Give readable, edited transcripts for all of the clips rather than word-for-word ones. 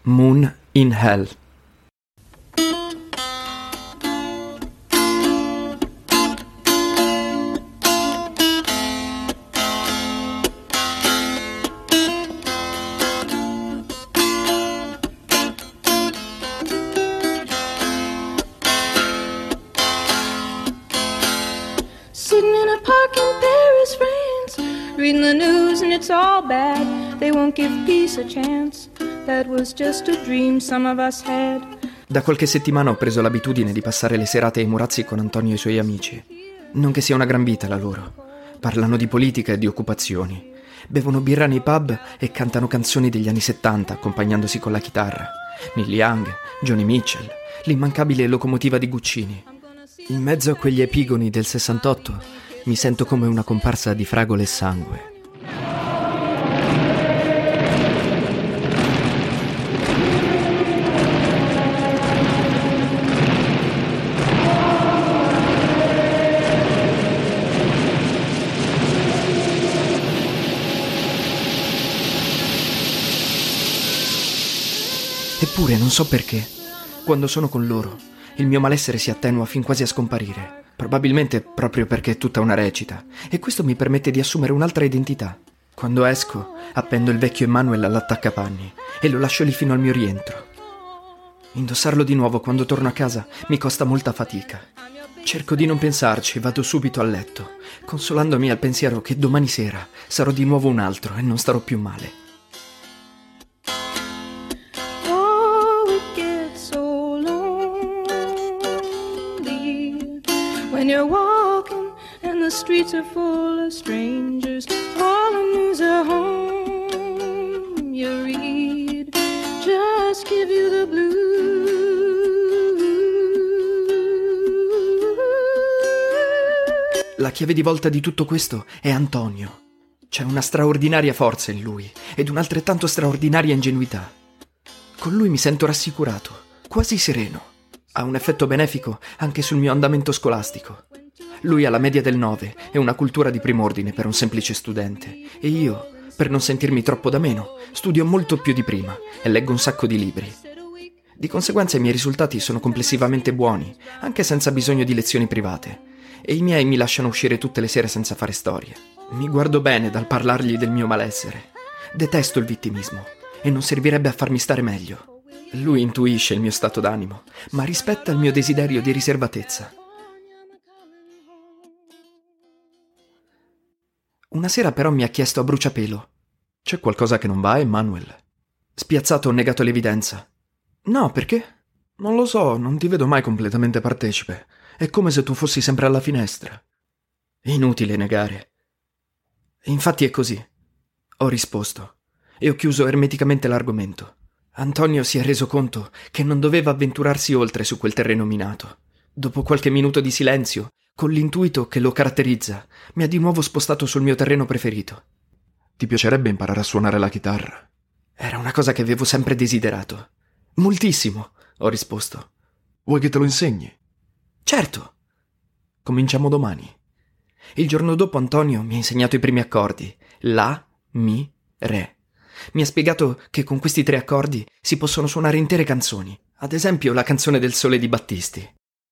Moon in Hell. Sitting in a park in Paris, France, reading the news and it's all bad. They won't give peace a chance. That was just a dream some of us had. Da qualche settimana ho preso l'abitudine di passare le serate ai Murazzi con Antonio e i suoi amici. Non che sia una gran vita la loro. Parlano di politica e di occupazioni. Bevono birra nei pub e cantano canzoni degli anni 70 accompagnandosi con la chitarra. Neil Young, Joni Mitchell, l'immancabile locomotiva di Guccini. In mezzo a quegli epigoni del 68 mi sento come una comparsa di fragole e sangue. Eppure non so perché, quando sono con loro, il mio malessere si attenua fin quasi a scomparire. Probabilmente proprio perché è tutta una recita, e questo mi permette di assumere un'altra identità. Quando esco, appendo il vecchio Emanuel all'attaccapanni e lo lascio lì fino al mio rientro. Indossarlo di nuovo quando torno a casa mi costa molta fatica. Cerco di non pensarci e vado subito a letto, consolandomi al pensiero che domani sera sarò di nuovo un altro e non starò più male. When you're walking and the streets are full of strangers, all the news at home you read just give you the blues. La chiave di volta di tutto questo è Antonio. C'è una straordinaria forza in lui ed un'altrettanto straordinaria ingenuità. Con lui mi sento rassicurato, quasi sereno. Ha un effetto benefico anche sul mio andamento scolastico. Lui ha la media del 9 e una cultura di prim'ordine per un semplice studente. E io, per non sentirmi troppo da meno, studio molto più di prima e leggo un sacco di libri. Di conseguenza i miei risultati sono complessivamente buoni, anche senza bisogno di lezioni private. E i miei mi lasciano uscire tutte le sere senza fare storie. Mi guardo bene dal parlargli del mio malessere. Detesto il vittimismo e non servirebbe a farmi stare meglio. Lui intuisce il mio stato d'animo, ma rispetta il mio desiderio di riservatezza. Una sera però mi ha chiesto a bruciapelo: «C'è qualcosa che non va, Emanuel?» Spiazzato ho negato l'evidenza. «No, perché?» «Non lo so, non ti vedo mai completamente partecipe. È come se tu fossi sempre alla finestra». Inutile negare. Infatti è così. Ho risposto e ho chiuso ermeticamente l'argomento. Antonio si è reso conto che non doveva avventurarsi oltre su quel terreno minato. Dopo qualche minuto di silenzio, con l'intuito che lo caratterizza, mi ha di nuovo spostato sul mio terreno preferito. «Ti piacerebbe imparare a suonare la chitarra?» Era una cosa che avevo sempre desiderato. «Moltissimo», ho risposto. «Vuoi che te lo insegni?» «Certo!» «Cominciamo domani». Il giorno dopo Antonio mi ha insegnato i primi accordi: La, Mi, Re. Mi ha spiegato che con questi 3 accordi si possono suonare intere canzoni, ad esempio la canzone del sole di Battisti.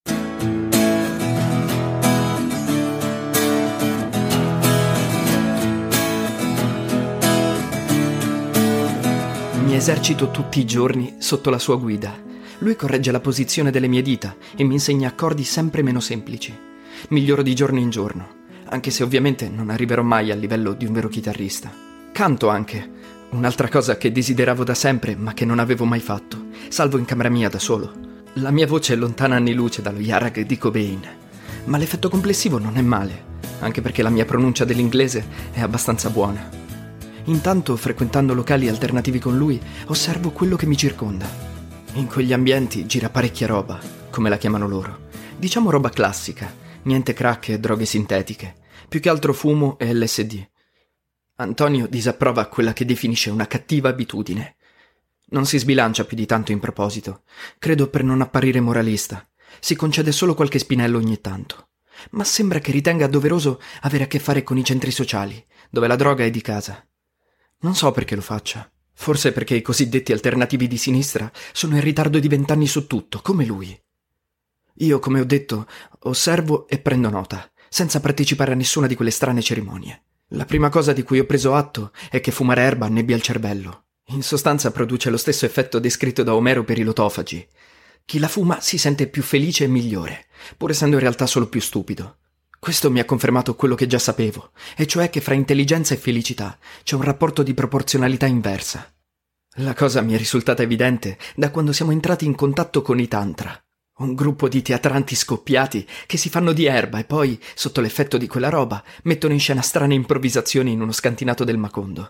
Mi esercito tutti i giorni sotto la sua guida. Lui corregge la posizione delle mie dita e mi insegna accordi sempre meno semplici. Miglioro di giorno in giorno, anche se ovviamente non arriverò mai al livello di un vero chitarrista. Canto anche. Un'altra cosa che desideravo da sempre, ma che non avevo mai fatto, salvo in camera mia da solo. La mia voce è lontana anni luce dallo Yarag di Cobain, ma l'effetto complessivo non è male, anche perché la mia pronuncia dell'inglese è abbastanza buona. Intanto, frequentando locali alternativi con lui, osservo quello che mi circonda. In quegli ambienti gira parecchia roba, come la chiamano loro. Diciamo roba classica, niente crack e droghe sintetiche, più che altro fumo e LSD. Antonio disapprova quella che definisce una cattiva abitudine. Non si sbilancia più di tanto in proposito, credo per non apparire moralista. Si concede solo qualche spinello ogni tanto. Ma sembra che ritenga doveroso avere a che fare con i centri sociali, dove la droga è di casa. Non so perché lo faccia. Forse perché i cosiddetti alternativi di sinistra sono in ritardo di 20 anni su tutto, come lui. Io, come ho detto, osservo e prendo nota, senza partecipare a nessuna di quelle strane cerimonie. La prima cosa di cui ho preso atto è che fumare erba annebbia il cervello. In sostanza produce lo stesso effetto descritto da Omero per i lotofagi. Chi la fuma si sente più felice e migliore, pur essendo in realtà solo più stupido. Questo mi ha confermato quello che già sapevo, e cioè che fra intelligenza e felicità c'è un rapporto di proporzionalità inversa. La cosa mi è risultata evidente da quando siamo entrati in contatto con i Tantra, un gruppo di teatranti scoppiati che si fanno di erba e poi, sotto l'effetto di quella roba, mettono in scena strane improvvisazioni in uno scantinato del Macondo.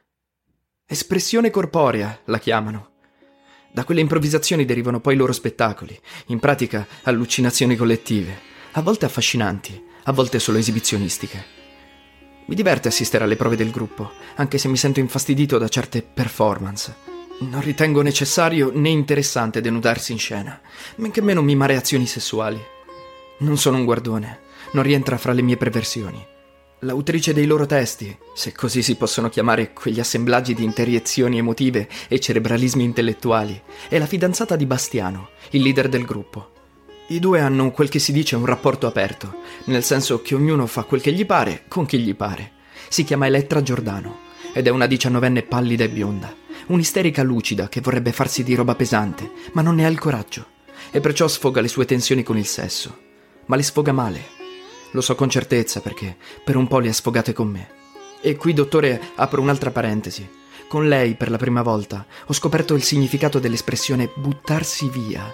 Espressione corporea, la chiamano. Da quelle improvvisazioni derivano poi i loro spettacoli, in pratica allucinazioni collettive, a volte affascinanti, a volte solo esibizionistiche. Mi diverte assistere alle prove del gruppo, anche se mi sento infastidito da certe performance. Non ritengo necessario né interessante denudarsi in scena, men che meno mimare azioni sessuali. Non sono un guardone, non rientra fra le mie perversioni. L'autrice dei loro testi, se così si possono chiamare quegli assemblaggi di interiezioni emotive e cerebralismi intellettuali, è la fidanzata di Bastiano, il leader del gruppo. I due hanno quel che si dice un rapporto aperto, nel senso che ognuno fa quel che gli pare con chi gli pare. Si chiama Elettra Giordano ed è una 19enne pallida e bionda, un'isterica lucida che vorrebbe farsi di roba pesante, ma non ne ha il coraggio, e perciò sfoga le sue tensioni con il sesso. Ma le sfoga male. Lo so con certezza perché per un po' le ha sfogate con me. E qui, dottore, apro un'altra parentesi. Con lei, per la prima volta, ho scoperto il significato dell'espressione buttarsi via.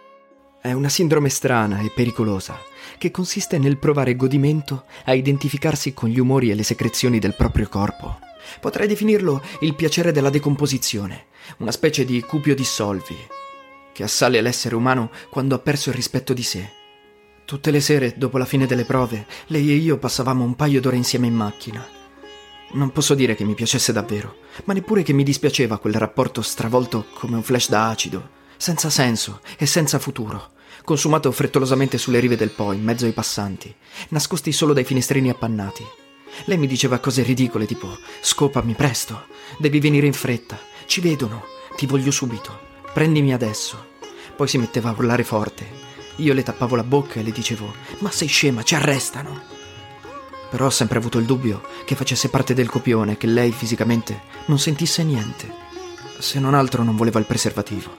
È una sindrome strana e pericolosa, che consiste nel provare godimento a identificarsi con gli umori e le secrezioni del proprio corpo. Potrei definirlo il piacere della decomposizione, una specie di cupio dissolvi, che assale l'essere umano quando ha perso il rispetto di sé. Tutte le sere, dopo la fine delle prove, lei e io passavamo un paio d'ore insieme in macchina. Non posso dire che mi piacesse davvero, ma neppure che mi dispiaceva quel rapporto stravolto come un flash da acido, senza senso e senza futuro, consumato frettolosamente sulle rive del Po, in mezzo ai passanti, nascosti solo dai finestrini appannati. Lei mi diceva cose ridicole tipo «Scopami presto, devi venire in fretta, ci vedono, ti voglio subito, prendimi adesso». Poi si metteva a urlare forte. Io le tappavo la bocca e le dicevo «Ma sei scema, ci arrestano!». Però ho sempre avuto il dubbio che facesse parte del copione, che lei fisicamente non sentisse niente. Se non altro non voleva il preservativo.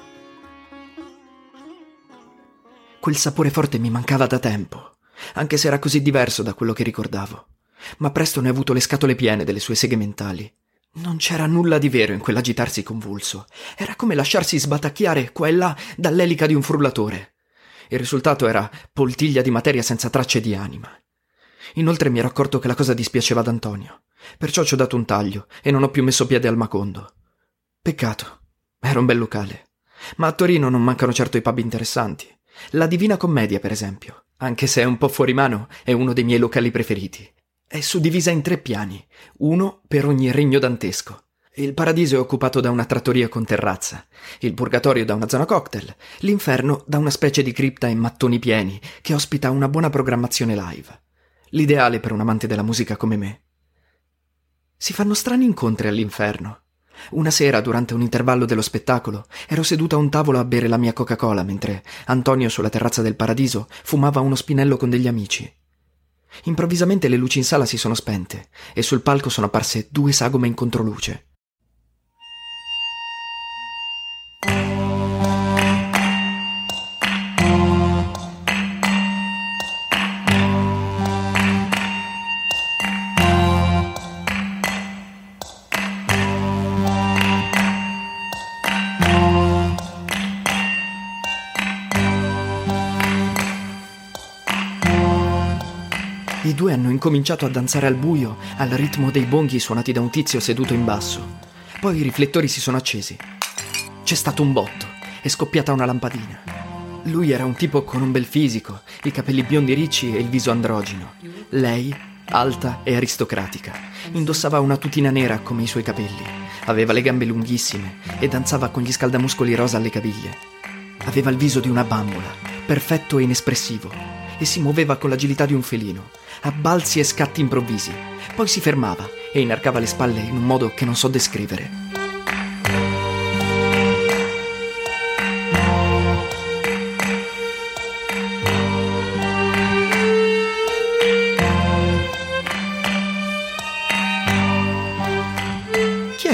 Quel sapore forte mi mancava da tempo, anche se era così diverso da quello che ricordavo. Ma presto ne ho avuto le scatole piene delle sue seghe mentali. Non c'era nulla di vero in quell'agitarsi convulso. Era come lasciarsi sbatacchiare qua e là dall'elica di un frullatore. Il risultato era poltiglia di materia senza tracce di anima. Inoltre mi ero accorto che la cosa dispiaceva ad Antonio. Perciò ci ho dato un taglio e non ho più messo piede al Macondo. Peccato. Era un bel locale. Ma a Torino non mancano certo i pub interessanti. La Divina Commedia, per esempio, anche se è un po' fuori mano, è uno dei miei locali preferiti. È suddivisa in 3 piani, uno per ogni regno dantesco. Il paradiso è occupato da una trattoria con terrazza, il purgatorio da una zona cocktail, l'inferno da una specie di cripta in mattoni pieni che ospita una buona programmazione live. L'ideale per un amante della musica come me. Si fanno strani incontri all'inferno. Una sera, durante un intervallo dello spettacolo, ero seduto a un tavolo a bere la mia Coca-Cola mentre Antonio sulla terrazza del paradiso fumava uno spinello con degli amici. Improvvisamente le luci in sala si sono spente e sul palco sono apparse 2 sagome in controluce. I 2 hanno incominciato a danzare al buio al ritmo dei bonghi suonati da un tizio seduto in basso. Poi i riflettori si sono accesi. C'è stato un botto, è scoppiata una lampadina. Lui era un tipo con un bel fisico, i capelli biondi ricci e il viso androgino. Lei, alta e aristocratica, indossava una tutina nera come i suoi capelli, aveva le gambe lunghissime e danzava con gli scaldamuscoli rosa alle caviglie. Aveva il viso di una bambola, perfetto e inespressivo, e si muoveva con l'agilità di un felino, a balzi e scatti improvvisi. Poi si fermava e inarcava le spalle in un modo che non so descrivere.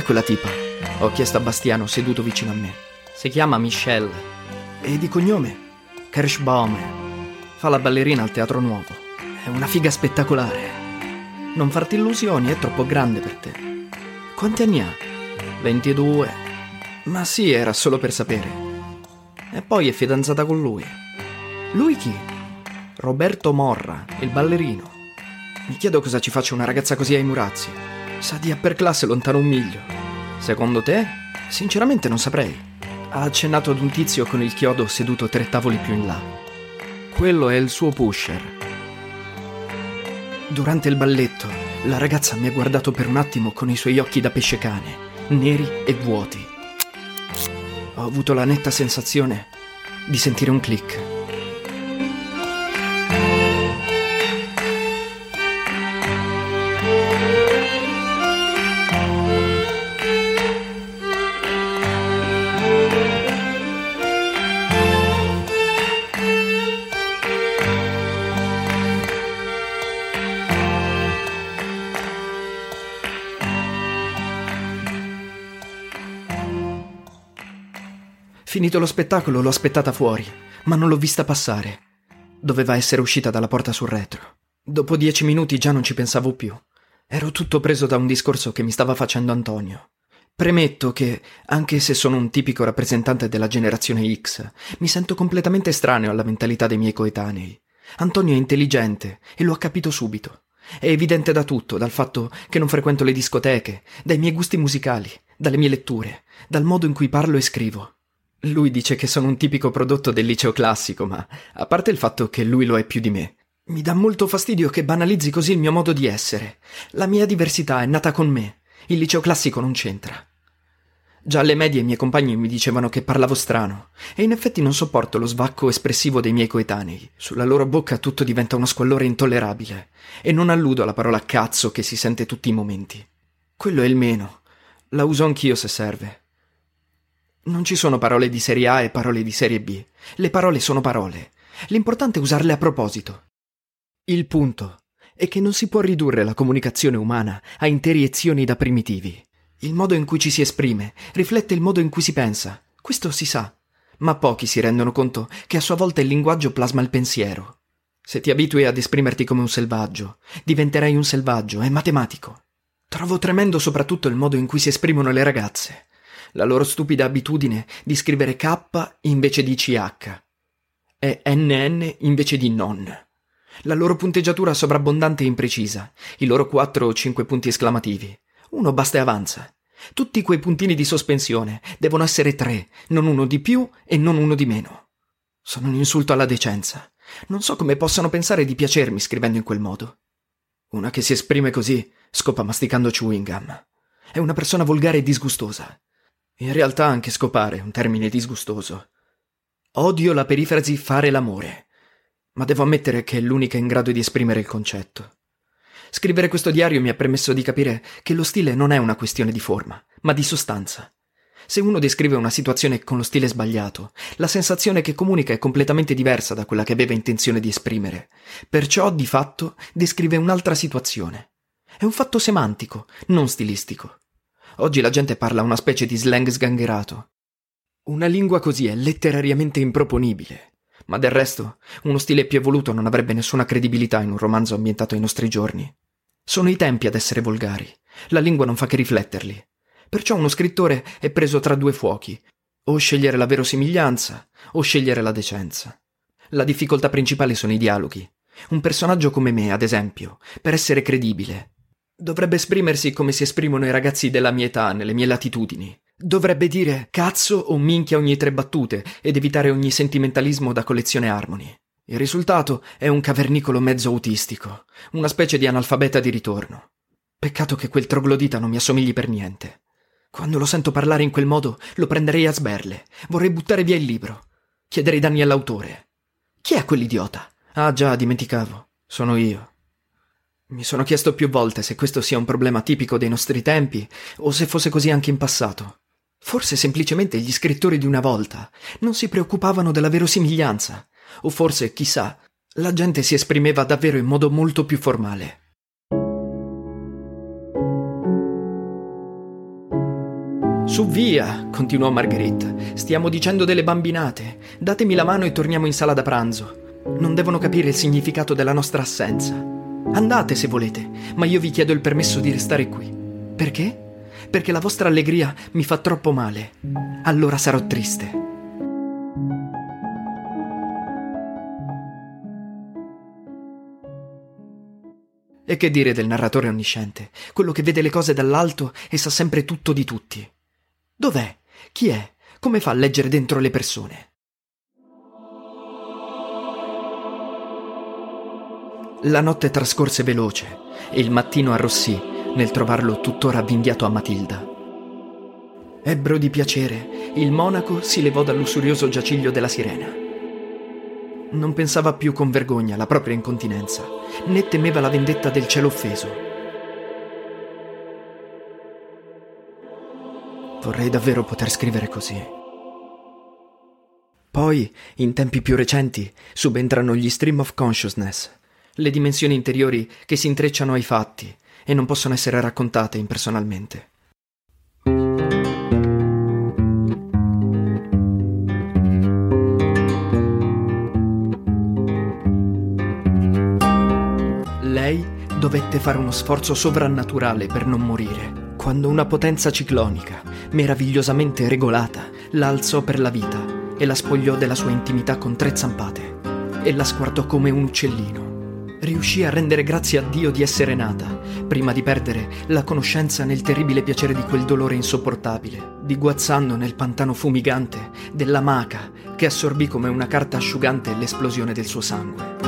quella tipa? Ho chiesto a Bastiano, seduto vicino a me. Si chiama Michelle. E di cognome? Kirschbaumer. Fa la ballerina al Teatro Nuovo. È una figa spettacolare. Non farti illusioni, è troppo grande per te. Quanti anni ha? 22. Ma sì, era solo per sapere. E poi è fidanzata con lui. Lui chi? Roberto Morra, il ballerino. Mi chiedo cosa ci faccia una ragazza così ai Murazzi. Sa di upper class lontano un miglio. Secondo te? Sinceramente non saprei. Ha accennato ad un tizio con il chiodo seduto 3 tavoli più in là. Quello è il suo pusher. Durante il balletto, la ragazza mi ha guardato per un attimo con i suoi occhi da pesce cane, neri e vuoti. Ho avuto la netta sensazione di sentire un click. Finito lo spettacolo l'ho aspettata fuori, ma non l'ho vista passare. Doveva essere uscita dalla porta sul retro. Dopo 10 minuti già non ci pensavo più. Ero tutto preso da un discorso che mi stava facendo Antonio. Premetto che, anche se sono un tipico rappresentante della generazione X, mi sento completamente estraneo alla mentalità dei miei coetanei. Antonio è intelligente e lo ha capito subito. È evidente da tutto, dal fatto che non frequento le discoteche, dai miei gusti musicali, dalle mie letture, dal modo in cui parlo e scrivo. Lui dice che sono un tipico prodotto del liceo classico, ma a parte il fatto che lui lo è più di me, mi dà molto fastidio che banalizzi così il mio modo di essere. La mia diversità è nata con me. Il liceo classico non c'entra. Già alle medie i miei compagni mi dicevano che parlavo strano, e in effetti non sopporto lo svacco espressivo dei miei coetanei. Sulla loro bocca tutto diventa uno squallore intollerabile, e non alludo alla parola cazzo che si sente tutti i momenti. Quello è il meno. La uso anch'io se serve. Non ci sono parole di serie A e parole di serie B. Le parole sono parole. L'importante è usarle a proposito. Il punto è che non si può ridurre la comunicazione umana a interiezioni da primitivi. Il modo in cui ci si esprime riflette il modo in cui si pensa. Questo si sa. Ma pochi si rendono conto che a sua volta il linguaggio plasma il pensiero. Se ti abitui ad esprimerti come un selvaggio, diventerai un selvaggio, è matematico. Trovo tremendo soprattutto il modo in cui si esprimono le ragazze. La loro stupida abitudine di scrivere K invece di CH e NN invece di non. La loro punteggiatura sovrabbondante e imprecisa, i loro 4 o 5 punti esclamativi. Uno basta e avanza. Tutti quei puntini di sospensione devono essere 3, non uno di più e non uno di meno. Sono un insulto alla decenza. Non so come possano pensare di piacermi scrivendo in quel modo. Una che si esprime così scopa masticando chewing gum. È una persona volgare e disgustosa. In realtà anche scopare è un termine disgustoso. Odio la perifrasi fare l'amore, ma devo ammettere che è l'unica in grado di esprimere il concetto. Scrivere questo diario mi ha permesso di capire che lo stile non è una questione di forma, ma di sostanza. Se uno descrive una situazione con lo stile sbagliato, la sensazione che comunica è completamente diversa da quella che aveva intenzione di esprimere. Perciò, di fatto, descrive un'altra situazione. È un fatto semantico, non stilistico. Oggi la gente parla una specie di slang sgangherato. Una lingua così è letterariamente improponibile. Ma del resto, uno stile più evoluto non avrebbe nessuna credibilità in un romanzo ambientato ai nostri giorni. Sono i tempi ad essere volgari. La lingua non fa che rifletterli. Perciò uno scrittore è preso tra due fuochi. O scegliere la verosimiglianza, o scegliere la decenza. La difficoltà principale sono i dialoghi. Un personaggio come me, ad esempio, per essere credibile, dovrebbe esprimersi come si esprimono i ragazzi della mia età, nelle mie latitudini. Dovrebbe dire cazzo o minchia ogni 3 battute ed evitare ogni sentimentalismo da collezione Harmony. Il risultato è un cavernicolo mezzo autistico, una specie di analfabeta di ritorno. Peccato che quel troglodita non mi assomigli per niente. Quando lo sento parlare in quel modo lo prenderei a sberle, vorrei buttare via il libro, chiederei danni all'autore. Chi è quell'idiota? Ah già, dimenticavo, sono io. Mi sono chiesto più volte se questo sia un problema tipico dei nostri tempi o se fosse così anche in passato. Forse semplicemente gli scrittori di una volta non si preoccupavano della verosimiglianza, o forse, chissà, la gente si esprimeva davvero in modo molto più formale. Su via, continuò Marguerite. Stiamo dicendo delle bambinate. Datemi la mano e torniamo in sala da pranzo. Non devono capire il significato della nostra assenza. Andate se volete, ma io vi chiedo il permesso di restare qui. Perché? Perché la vostra allegria mi fa troppo male. Allora sarò triste. E che dire del narratore onnisciente, quello che vede le cose dall'alto e sa sempre tutto di tutti? Dov'è? Chi è? Come fa a leggere dentro le persone? La notte trascorse veloce e il mattino arrossì nel trovarlo tuttora avvinghiato a Matilda. Ebbro di piacere, il monaco si levò dal lussurioso giaciglio della sirena. Non pensava più con vergogna alla propria incontinenza, né temeva la vendetta del cielo offeso. Vorrei davvero poter scrivere così. Poi, in tempi più recenti, subentrano gli stream of consciousness, le dimensioni interiori che si intrecciano ai fatti e non possono essere raccontate impersonalmente. Lei dovette fare uno sforzo sovrannaturale per non morire, quando una potenza ciclonica, meravigliosamente regolata, la alzò per la vita e la spogliò della sua intimità con 3 zampate e la sguardò come un uccellino. Riuscì a rendere grazie a Dio di essere nata, prima di perdere la conoscenza nel terribile piacere di quel dolore insopportabile, diguazzando nel pantano fumigante della maca che assorbì come una carta asciugante l'esplosione del suo sangue.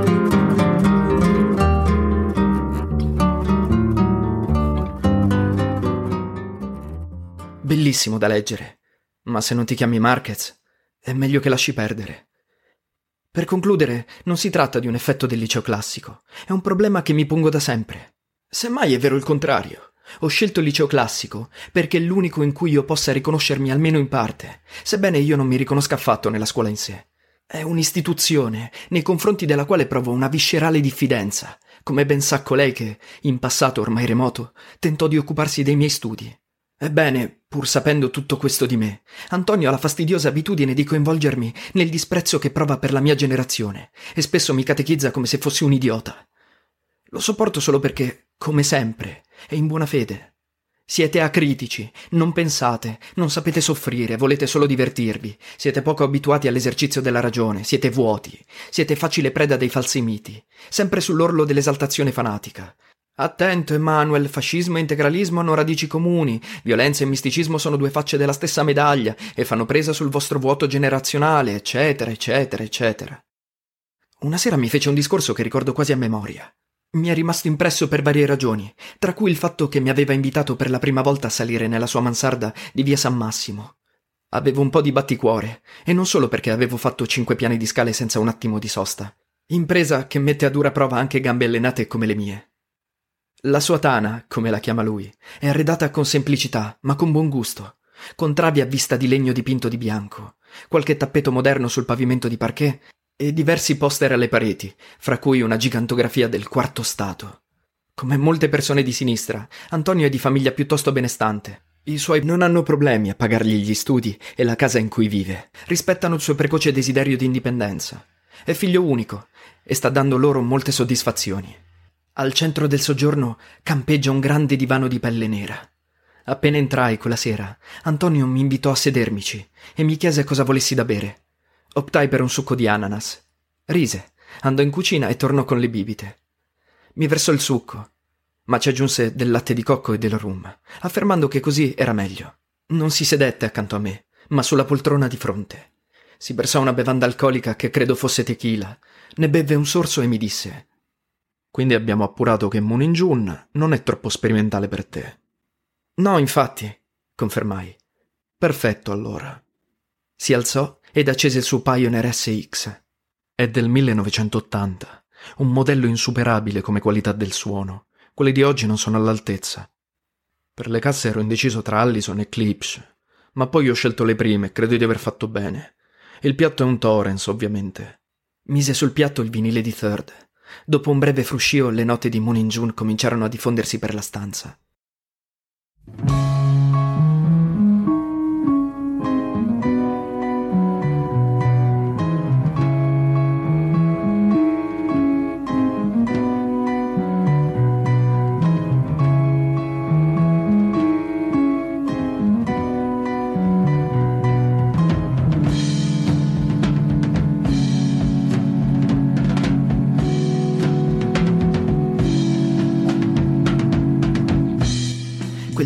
Bellissimo da leggere, ma se non ti chiami Marquez, è meglio che lasci perdere. Per concludere, non si tratta di un effetto del liceo classico, è un problema che mi pongo da sempre. Semmai è vero il contrario. Ho scelto il liceo classico perché è l'unico in cui io possa riconoscermi almeno in parte, sebbene io non mi riconosca affatto nella scuola in sé. È un'istituzione nei confronti della quale provo una viscerale diffidenza, come ben sa colei che, in passato ormai remoto, tentò di occuparsi dei miei studi. Ebbene, pur sapendo tutto questo di me, Antonio ha la fastidiosa abitudine di coinvolgermi nel disprezzo che prova per la mia generazione e spesso mi catechizza come se fossi un idiota. Lo sopporto solo perché, come sempre, è in buona fede. Siete acritici, non pensate, non sapete soffrire, volete solo divertirvi, siete poco abituati all'esercizio della ragione, siete vuoti, siete facile preda dei falsi miti, sempre sull'orlo dell'esaltazione fanatica. Attento, Emanuel, fascismo e integralismo hanno radici comuni, violenza e misticismo sono 2 facce della stessa medaglia e fanno presa sul vostro vuoto generazionale, eccetera, eccetera, eccetera. Una sera mi fece un discorso che ricordo quasi a memoria. Mi è rimasto impresso per varie ragioni, tra cui il fatto che mi aveva invitato per la prima volta a salire nella sua mansarda di via San Massimo. Avevo un po' di batticuore, e non solo perché avevo fatto 5 piani di scale senza un attimo di sosta. Impresa che mette a dura prova anche gambe allenate come le mie. La sua tana, come la chiama lui, è arredata con semplicità, ma con buon gusto, con travi a vista di legno dipinto di bianco, qualche tappeto moderno sul pavimento di parquet e diversi poster alle pareti, fra cui una gigantografia del Quarto Stato. Come molte persone di sinistra, Antonio è di famiglia piuttosto benestante. I suoi non hanno problemi a pagargli gli studi e la casa in cui vive, rispettano il suo precoce desiderio di indipendenza. È figlio unico e sta dando loro molte soddisfazioni. Al centro del soggiorno campeggia un grande divano di pelle nera. Appena entrai quella sera, Antonio mi invitò a sedermici e mi chiese cosa volessi da bere. Optai per un succo di ananas. Rise, andò in cucina e tornò con le bibite. Mi versò il succo, ma ci aggiunse del latte di cocco e del rum, affermando che così era meglio. Non si sedette accanto a me, ma sulla poltrona di fronte. Si versò una bevanda alcolica che credo fosse tequila, ne bevve un sorso e mi disse: «Quindi abbiamo appurato che Moonin Jun non è troppo sperimentale per te». «No, infatti», confermai. «Perfetto, allora». Si alzò ed accese il suo Pioneer SX. È del 1980, un modello insuperabile come qualità del suono. Quelli di oggi non sono all'altezza. Per le casse ero indeciso tra Allison e Klipsch, ma poi ho scelto le prime e credo di aver fatto bene. Il piatto è un Torrens, ovviamente. Mise sul piatto il vinile di Third. Dopo un breve fruscio, le note di Moonin Jun cominciarono a diffondersi per la stanza.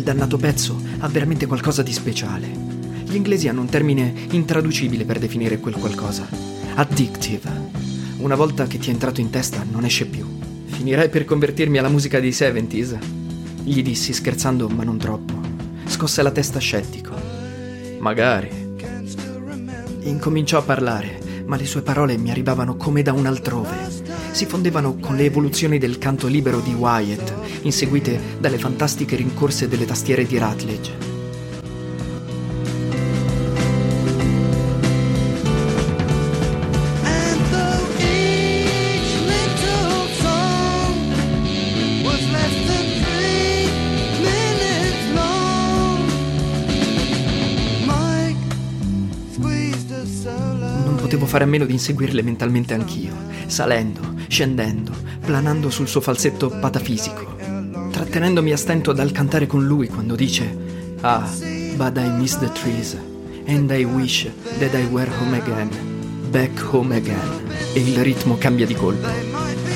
dannato pezzo ha veramente qualcosa di speciale. Gli inglesi hanno un termine intraducibile per definire quel qualcosa. Addictive. Una volta che ti è entrato in testa non esce più. Finirei per convertirmi alla musica dei 70s. Gli dissi scherzando ma non troppo. Scosse la testa scettico. Magari. Incominciò a parlare, ma le sue parole mi arrivavano come da un altrove. Si fondevano con le evoluzioni del canto libero di Wyatt, inseguite dalle fantastiche rincorse delle tastiere di Rutledge. Non potevo fare a meno di inseguirle mentalmente anch'io, salendo, scendendo, planando sul suo falsetto patafisico, trattenendomi a stento dal cantare con lui quando dice "Ah, but I miss the trees, and I wish that I were home again, back home again", e il ritmo cambia di colpo.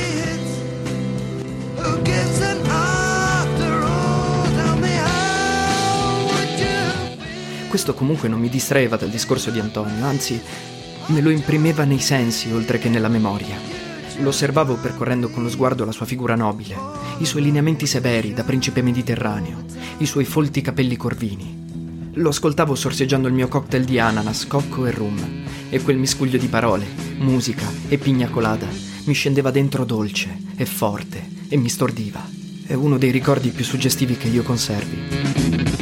Questo comunque non mi distraeva dal discorso di Antonio, anzi me lo imprimeva nei sensi oltre che nella memoria. Lo osservavo percorrendo con lo sguardo la sua figura nobile, i suoi lineamenti severi da principe mediterraneo, i suoi folti capelli corvini. Lo ascoltavo sorseggiando il mio cocktail di ananas, cocco e rum, e quel miscuglio di parole, musica e pigna colada mi scendeva dentro dolce e forte e mi stordiva. È uno dei ricordi più suggestivi che io conservi.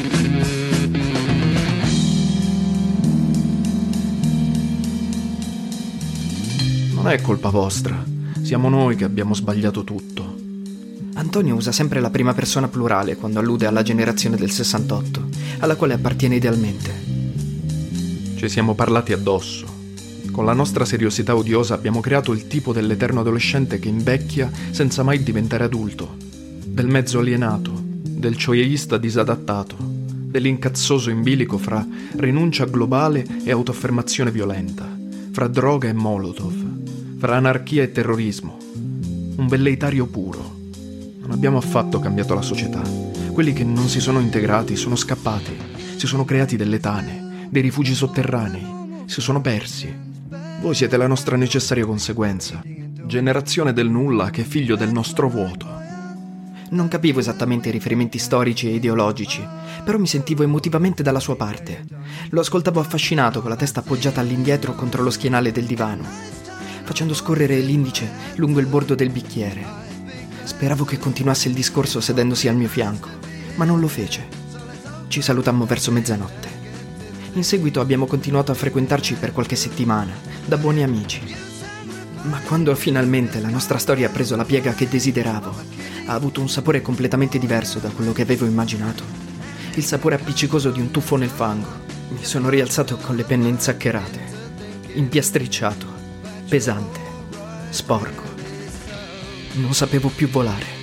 Non è colpa vostra, siamo noi che abbiamo sbagliato tutto. Antonio usa sempre la prima persona plurale quando allude alla generazione del 68, alla quale appartiene idealmente. Ci siamo parlati addosso. Con la nostra seriosità odiosa abbiamo creato il tipo dell'eterno adolescente che invecchia senza mai diventare adulto, del mezzo alienato, del cioieista disadattato, dell'incazzoso in bilico fra rinuncia globale e autoaffermazione violenta, fra droga e molotov, fra anarchia e terrorismo. Un velleitario puro. Non abbiamo affatto cambiato la società. Quelli che non si sono integrati sono scappati, si sono creati delle tane, dei rifugi sotterranei, si sono persi. Voi siete la nostra necessaria conseguenza. Generazione del nulla che è figlio del nostro vuoto. Non capivo esattamente i riferimenti storici e ideologici, però mi sentivo emotivamente dalla sua parte. Lo ascoltavo affascinato con la testa appoggiata all'indietro contro lo schienale del divano, facendo scorrere l'indice lungo il bordo del bicchiere. Speravo che continuasse il discorso sedendosi al mio fianco, ma non lo fece. Ci salutammo verso mezzanotte. In seguito abbiamo continuato a frequentarci per qualche settimana, da buoni amici. Ma quando finalmente la nostra storia ha preso la piega che desideravo, ha avuto un sapore completamente diverso da quello che avevo immaginato. Il sapore appiccicoso di un tuffo nel fango. Mi sono rialzato con le penne insaccherate, impiastricciato, pesante, sporco. Non sapevo più volare.